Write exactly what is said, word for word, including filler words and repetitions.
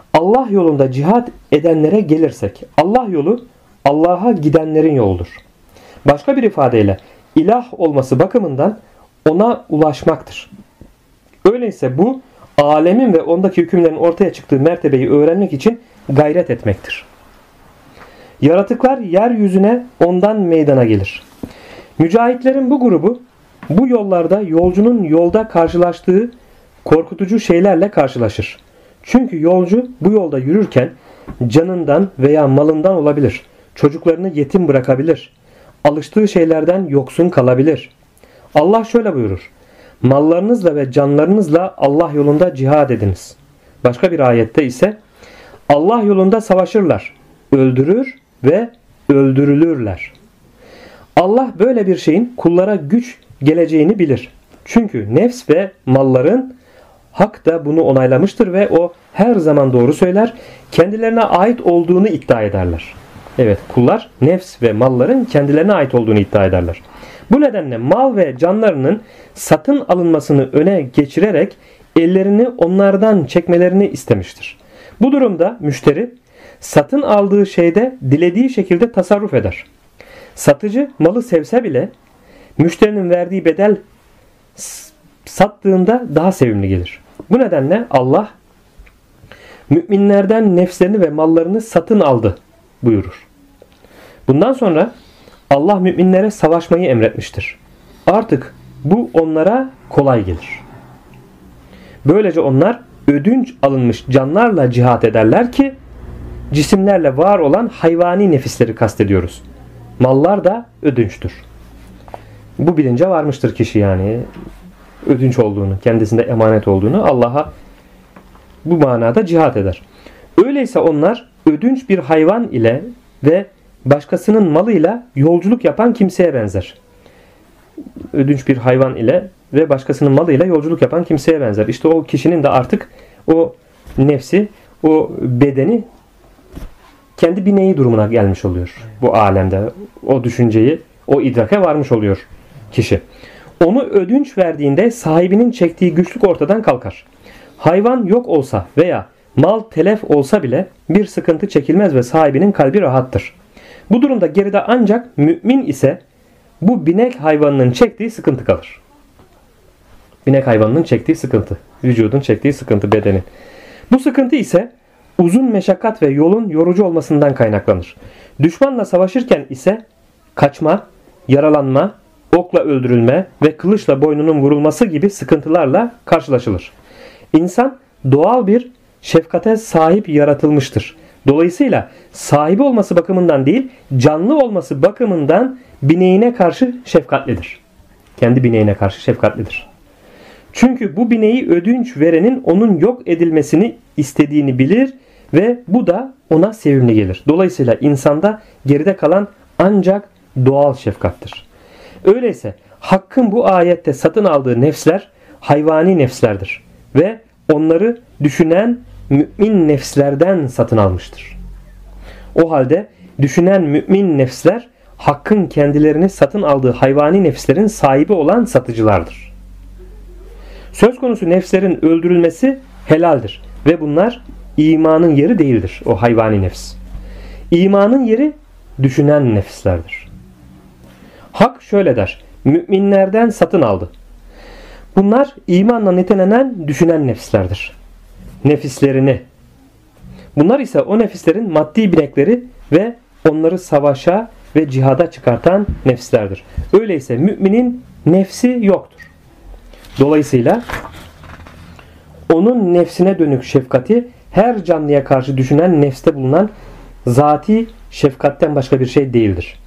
Allah yolunda cihat edenlere gelirsek, Allah yolu Allah'a gidenlerin yoludur. Başka bir ifadeyle ilah olması bakımından ona ulaşmaktır. Öyleyse bu alemin ve ondaki hükümlerin ortaya çıktığı mertebeyi öğrenmek için gayret etmektir. Yaratıklar yeryüzüne ondan meydana gelir. Mücahitlerin bu grubu bu yollarda yolcunun yolda karşılaştığı korkutucu şeylerle karşılaşır. Çünkü yolcu bu yolda yürürken canından veya malından olabilir. Çocuklarını yetim bırakabilir. Alıştığı şeylerden yoksun kalabilir. Allah şöyle buyurur: mallarınızla ve canlarınızla Allah yolunda cihad ediniz. Başka bir ayette ise Allah yolunda savaşırlar, öldürür ve öldürülürler. Allah böyle bir şeyin kullara güç geleceğini bilir. Çünkü nefs ve malların hak da bunu onaylamıştır ve o her zaman doğru söyler, kendilerine ait olduğunu iddia ederler. Evet, kullar nefs ve malların kendilerine ait olduğunu iddia ederler. Bu nedenle mal ve canlarının satın alınmasını öne geçirerek ellerini onlardan çekmelerini istemiştir. Bu durumda müşteri satın aldığı şeyde dilediği şekilde tasarruf eder. Satıcı malı sevse bile müşterinin verdiği bedel sattığında daha sevimli gelir. Bu nedenle Allah müminlerden nefslerini ve mallarını satın aldı buyurur. Bundan sonra Allah müminlere savaşmayı emretmiştir. Artık bu onlara kolay gelir. Böylece onlar ödünç alınmış canlarla cihat ederler ki cisimlerle var olan hayvani nefisleri kastediyoruz. Mallar da ödünçtür. Bu bilince varmıştır kişi yani. Ödünç olduğunu, kendisinde emanet olduğunu, Allah'a bu manada cihat eder. Öyleyse onlar ödünç bir hayvan ile ve başkasının malıyla yolculuk yapan kimseye benzer. Ödünç bir hayvan ile ve başkasının malıyla yolculuk yapan kimseye benzer. İşte o kişinin de artık o nefsi, o bedeni kendi bineği durumuna gelmiş oluyor bu alemde. O düşünceyi, o idrake varmış oluyor kişi. Onu ödünç verdiğinde sahibinin çektiği güçlük ortadan kalkar. Hayvan yok olsa veya mal telef olsa bile bir sıkıntı çekilmez ve sahibinin kalbi rahattır. Bu durumda geride ancak mümin ise bu binek hayvanının çektiği sıkıntı kalır. Binek hayvanının çektiği sıkıntı, vücudun çektiği sıkıntı, bedenin. Bu sıkıntı ise uzun meşakkat ve yolun yorucu olmasından kaynaklanır. Düşmanla savaşırken ise kaçma, yaralanma, okla öldürülme ve kılıçla boynunun vurulması gibi sıkıntılarla karşılaşılır. İnsan doğal bir şefkate sahip yaratılmıştır. Dolayısıyla sahibi olması bakımından değil, canlı olması bakımından bineğine karşı şefkatlidir. Kendi bineğine karşı şefkatlidir. Çünkü bu bineği ödünç verenin onun yok edilmesini istediğini bilir ve bu da ona sevimli gelir. Dolayısıyla insanda geride kalan ancak doğal şefkattir. Öyleyse Hakk'ın bu ayette satın aldığı nefsler hayvani nefslerdir ve onları düşünen mümin nefslerden satın almıştır. O halde düşünen mümin nefsler Hakk'ın kendilerini satın aldığı hayvani nefslerin sahibi olan satıcılardır. Söz konusu nefslerin öldürülmesi helaldir ve bunlar imanın yeri değildir, o hayvani nefs. İmanın yeri düşünen nefslerdir. Hak şöyle der: müminlerden satın aldı. Bunlar imanla nitelenen düşünen nefislerdir. Nefislerini. Bunlar ise o nefislerin maddi binekleri ve onları savaşa ve cihada çıkartan nefislerdir. Öyleyse müminin nefsi yoktur. Dolayısıyla onun nefsine dönük şefkati her canlıya karşı düşünen nefste bulunan zati şefkatten başka bir şey değildir.